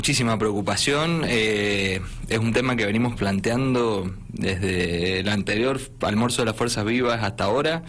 Muchísima preocupación, es un tema que venimos planteando desde el anterior almuerzo de las Fuerzas Vivas hasta ahora,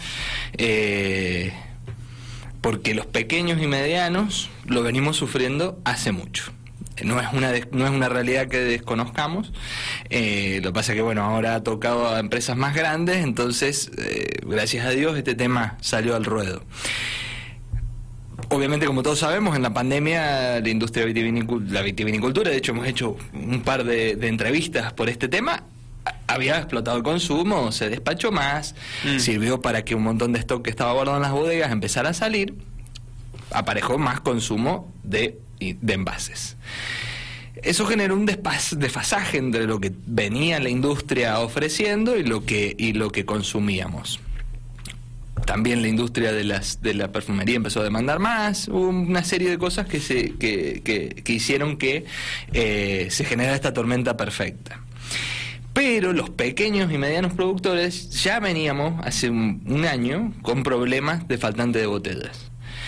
porque los pequeños y medianos lo venimos sufriendo hace mucho. No es una realidad que desconozcamos, lo que pasa es que bueno, ahora ha tocado a empresas más grandes, entonces gracias a Dios este tema salió al ruedo. Obviamente, como todos sabemos, en la pandemia la industria la vitivinicultura, de hecho hemos hecho un par de entrevistas por este tema, había explotado el consumo, se despachó más, sirvió para que un montón de stock que estaba guardado en las bodegas empezara a salir, aparejó más consumo de envases. Eso generó un desfasaje entre lo que venía la industria ofreciendo y lo que consumíamos. También la industria de la perfumería empezó a demandar más, hubo una serie de cosas que hicieron que se generara esta tormenta perfecta. Pero los pequeños y medianos productores ya veníamos hace un año con problemas de faltante de botellas.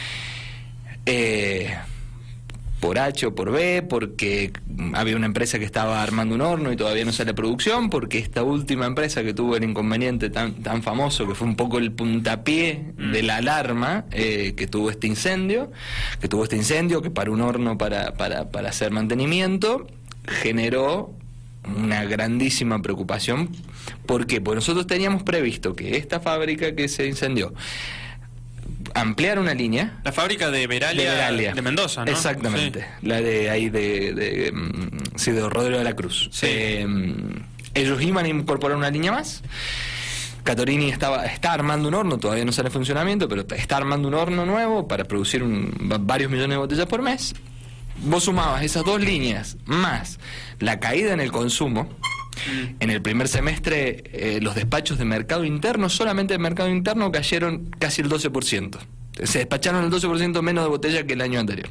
Por H o por B, porque había una empresa que estaba armando un horno y todavía no sale a producción, porque esta última empresa que tuvo el inconveniente tan famoso, que fue un poco el puntapié de la alarma, que tuvo este incendio, que para un horno para hacer mantenimiento, generó una grandísima preocupación. ¿Por qué? Porque nosotros teníamos previsto que esta fábrica que se incendió ampliar una línea. La fábrica de Veralia de Mendoza, ¿no? Exactamente, sí. La de ahí de Rodrigo de la Cruz. Sí. Ellos iban a incorporar una línea más. Catorini está armando un horno, todavía no sale en funcionamiento, pero está armando un horno nuevo para producir varios millones de botellas por mes. Vos sumabas esas dos líneas más la caída en el consumo. En el primer semestre los despachos de mercado interno, solamente de mercado interno, cayeron casi el 12%. Se despacharon el 12% menos de botellas que el año anterior.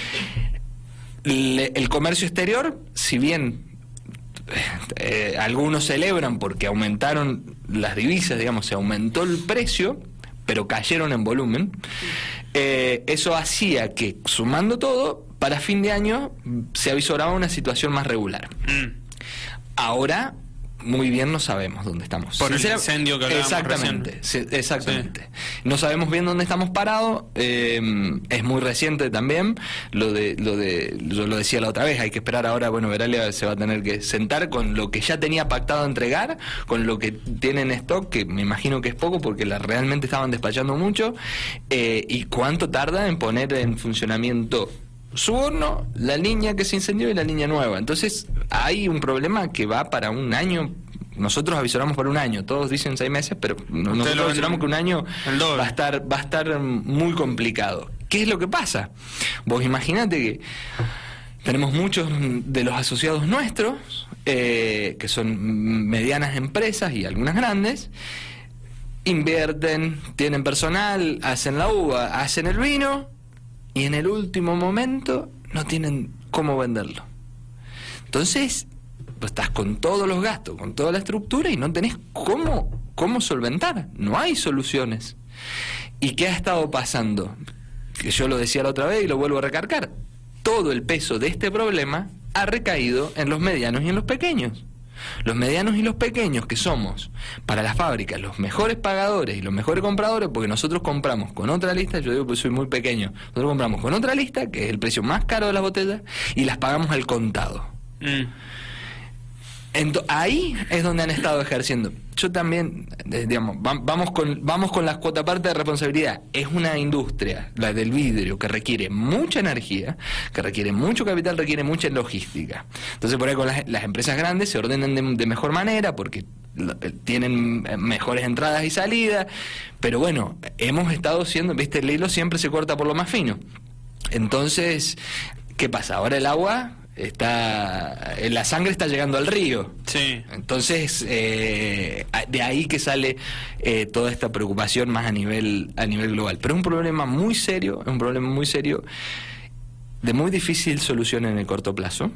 El comercio exterior, si bien algunos celebran porque aumentaron las divisas, digamos, se aumentó el precio, pero cayeron en volumen, eso hacía que, sumando todo, para fin de año se avisoraba una situación más regular. Ahora, muy bien no sabemos dónde estamos. Por el incendio que hablábamos exactamente, recién. Exactamente. Sí. No sabemos bien dónde estamos parados. Es muy reciente también. Yo lo decía la otra vez, hay que esperar ahora. Bueno, Veralia se va a tener que sentar con lo que ya tenía pactado entregar, con lo que tiene en stock, que me imagino que es poco porque realmente estaban despachando mucho, y cuánto tarda en poner en funcionamiento su horno, la línea que se incendió y la línea nueva. Entonces hay un problema que va para un año. Nosotros avisoramos por un año, todos dicen 6 meses, pero nosotros avisoramos que un año va a estar muy complicado. ¿Qué es lo que pasa? Vos imaginate que tenemos muchos de los asociados nuestros, que son medianas empresas y algunas grandes, invierten, tienen personal, hacen la uva, hacen el vino, y en el último momento no tienen cómo venderlo. Entonces, pues estás con todos los gastos, con toda la estructura y no tenés cómo solventar. No hay soluciones. ¿Y qué ha estado pasando? Que yo lo decía la otra vez y lo vuelvo a recargar. Todo el peso de este problema ha recaído en los medianos y en los pequeños. Los medianos y los pequeños, que somos para las fábricas los mejores pagadores y los mejores compradores, porque nosotros compramos con otra lista. Yo digo que soy muy pequeño, nosotros compramos con otra lista, que es el precio más caro de las botellas, y las pagamos al contado. Ahí es donde han estado ejerciendo. Yo también, digamos, vamos con las cuotas parte de responsabilidad. Es una industria, la del vidrio, que requiere mucha energía, que requiere mucho capital, requiere mucha logística. Entonces por ahí con las empresas grandes se ordenan de mejor manera porque tienen mejores entradas y salidas, pero bueno, hemos estado siendo, viste, el hilo siempre se corta por lo más fino. Entonces, ¿qué pasa? Ahora el agua la sangre está llegando al río. Sí. Entonces de ahí que sale toda esta preocupación más a nivel global. Pero es un problema muy serio, de muy difícil solución en el corto plazo.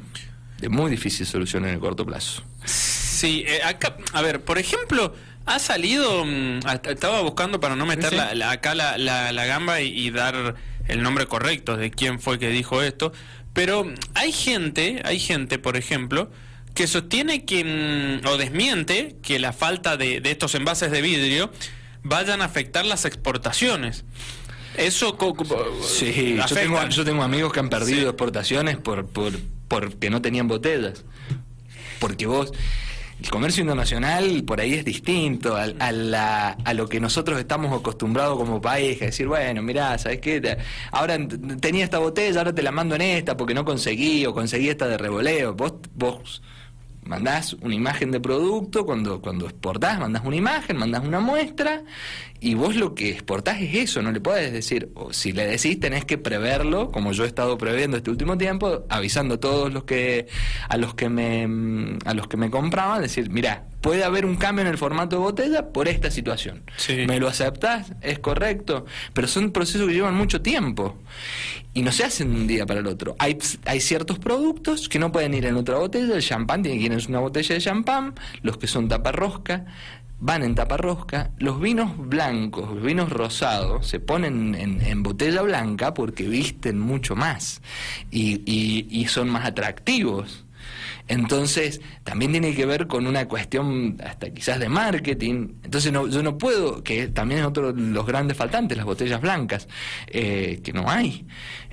Sí, acá, a ver, por ejemplo, ha salido, estaba buscando para no meter la gamba y dar el nombre correcto de quién fue que dijo esto, Pero hay gente, por ejemplo, que sostiene que, o desmiente, que la falta de estos envases de vidrio vayan a afectar las exportaciones. Eso sí, yo tengo amigos que han perdido exportaciones porque no tenían botellas. Porque el comercio internacional por ahí es distinto a lo que nosotros estamos acostumbrados como país, a decir, bueno, mirá, ¿sabes qué? Ahora tenía esta botella, ahora te la mando en esta porque no conseguí, o conseguí esta de revoleo. Vos mandás una imagen de producto, cuando exportás mandás una imagen, mandás una muestra, y vos lo que exportás es eso, no le podés decir, o si le decís tenés que preverlo, como yo he estado previendo este último tiempo, avisando a todos a los que me compraban, decir, mirá, puede haber un cambio en el formato de botella por esta situación. Sí. ¿Me lo aceptás? ¿Es correcto? Pero son procesos que llevan mucho tiempo y no se hacen de un día para el otro. Hay ciertos productos que no pueden ir en otra botella. El champán tiene que ir en una botella de champán, los que son taparrosca van en taparrosca, los vinos blancos, los vinos rosados se ponen en botella blanca porque visten mucho más y son más atractivos. Entonces, también tiene que ver con una cuestión hasta quizás de marketing. Entonces, yo no puedo, que también es otro de los grandes faltantes, las botellas blancas, que no hay.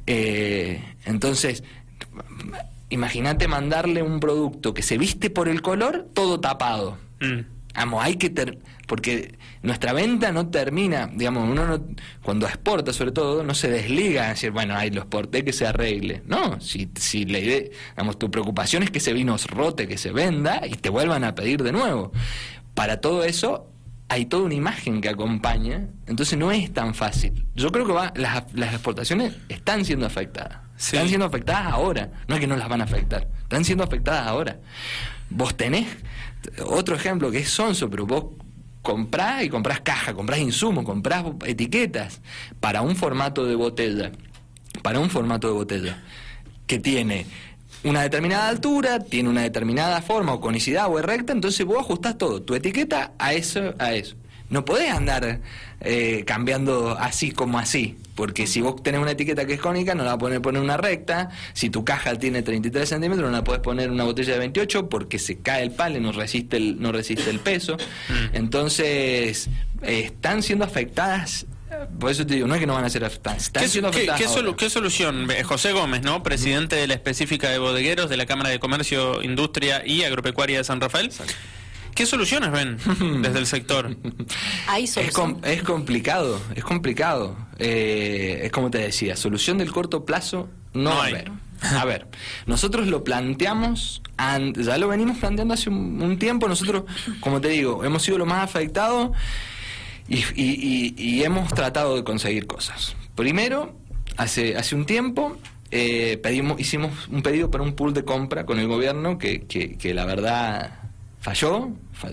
Entonces, imagínate mandarle un producto que se viste por el color, todo tapado. Vamos, porque nuestra venta no termina, digamos, uno cuando exporta sobre todo, no se desliga a decir, bueno, ahí lo exporté, que se arregle. No, si la idea, digamos, tu preocupación es que ese vino se rote, que se venda y te vuelvan a pedir de nuevo. Para todo eso hay toda una imagen que acompaña, entonces no es tan fácil. Yo creo que las exportaciones están siendo afectadas. Sí. Están siendo afectadas ahora, no es que no las van a afectar, están siendo afectadas ahora. Vos tenés otro ejemplo que es sonso, pero vos comprás caja, comprás insumos, comprás etiquetas para un formato de botella, que tiene una determinada altura, tiene una determinada forma o conicidad o es recta, entonces vos ajustás todo, tu etiqueta a eso. No podés andar cambiando así como así, porque si vos tenés una etiqueta que es cónica, no la podés poner una recta. Si tu caja tiene 33 centímetros, no la podés poner una botella de 28 porque se cae el palo y no resiste el peso. Entonces, están siendo afectadas. Por eso te digo, no es que no van a ser afectadas, están siendo afectadas. ¿Qué solución? José Gómez, ¿no? Presidente de la específica de bodegueros de la Cámara de Comercio, Industria y Agropecuaria de San Rafael. Exacto. ¿Qué soluciones ven desde el sector? Es complicado. Es como te decía, solución del corto plazo no hay. A ver, nosotros lo planteamos, ya lo venimos planteando hace un tiempo. Nosotros, como te digo, hemos sido los más afectados y hemos tratado de conseguir cosas. Primero, hace un tiempo hicimos un pedido para un pool de compra con el gobierno que la verdad falló.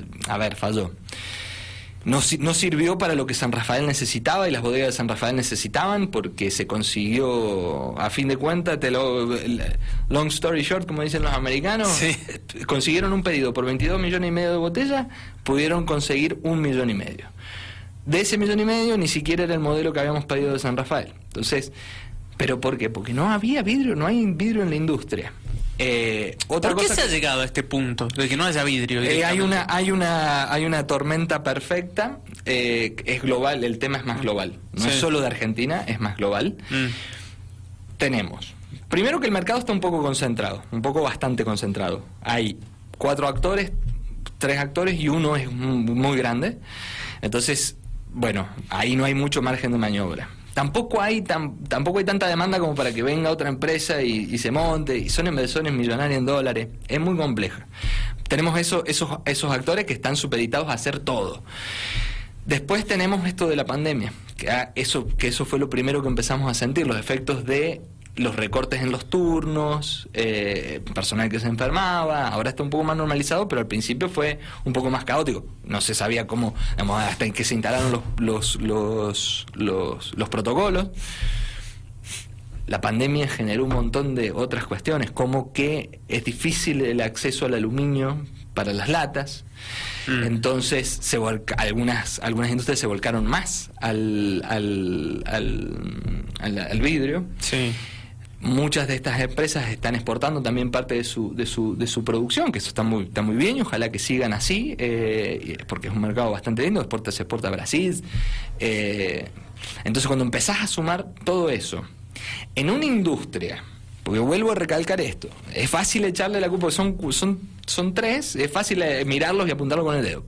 No sirvió para lo que San Rafael necesitaba y las bodegas de San Rafael necesitaban, porque se consiguió, a fin de cuentas, long story short, como dicen los americanos, sí. Consiguieron un pedido por 22,5 millones de botellas, pudieron conseguir 1,5 millones. De ese 1,5 millones ni siquiera era el modelo que habíamos pedido de San Rafael. Entonces, ¿pero por qué? Porque no había vidrio, no hay vidrio en la industria. ¿Por qué se ha llegado a este punto de que no haya vidrio? Hay una tormenta perfecta. Es global, el tema es más global, no es solo de Argentina, es más global. Tenemos primero que el mercado está un poco bastante concentrado. Hay 4 actores, 3 actores y uno es muy grande. Entonces, bueno, ahí no hay mucho margen de maniobra. Tampoco hay tanta demanda como para que venga otra empresa y se monte, y son inversiones millonarias en dólares. Es muy compleja. Tenemos esos actores que están supeditados a hacer todo. Después tenemos esto de la pandemia, que eso fue lo primero que empezamos a sentir, los efectos de los recortes en los turnos, personal que se enfermaba. Ahora está un poco más normalizado, pero al principio fue un poco más caótico. No se sabía cómo, digamos, hasta que se instalaron los protocolos. La pandemia generó un montón de otras cuestiones, como que es difícil el acceso al aluminio para las latas. Entonces algunas industrias se volcaron más al vidrio. Sí. muchas de estas empresas están exportando también parte de su producción, que eso está muy bien, y ojalá que sigan así, porque es un mercado bastante lindo, se exporta a Brasil. Entonces, cuando empezás a sumar todo eso en una industria, porque vuelvo a recalcar esto, es fácil echarle la culpa, porque son tres, es fácil mirarlos y apuntarlos con el dedo.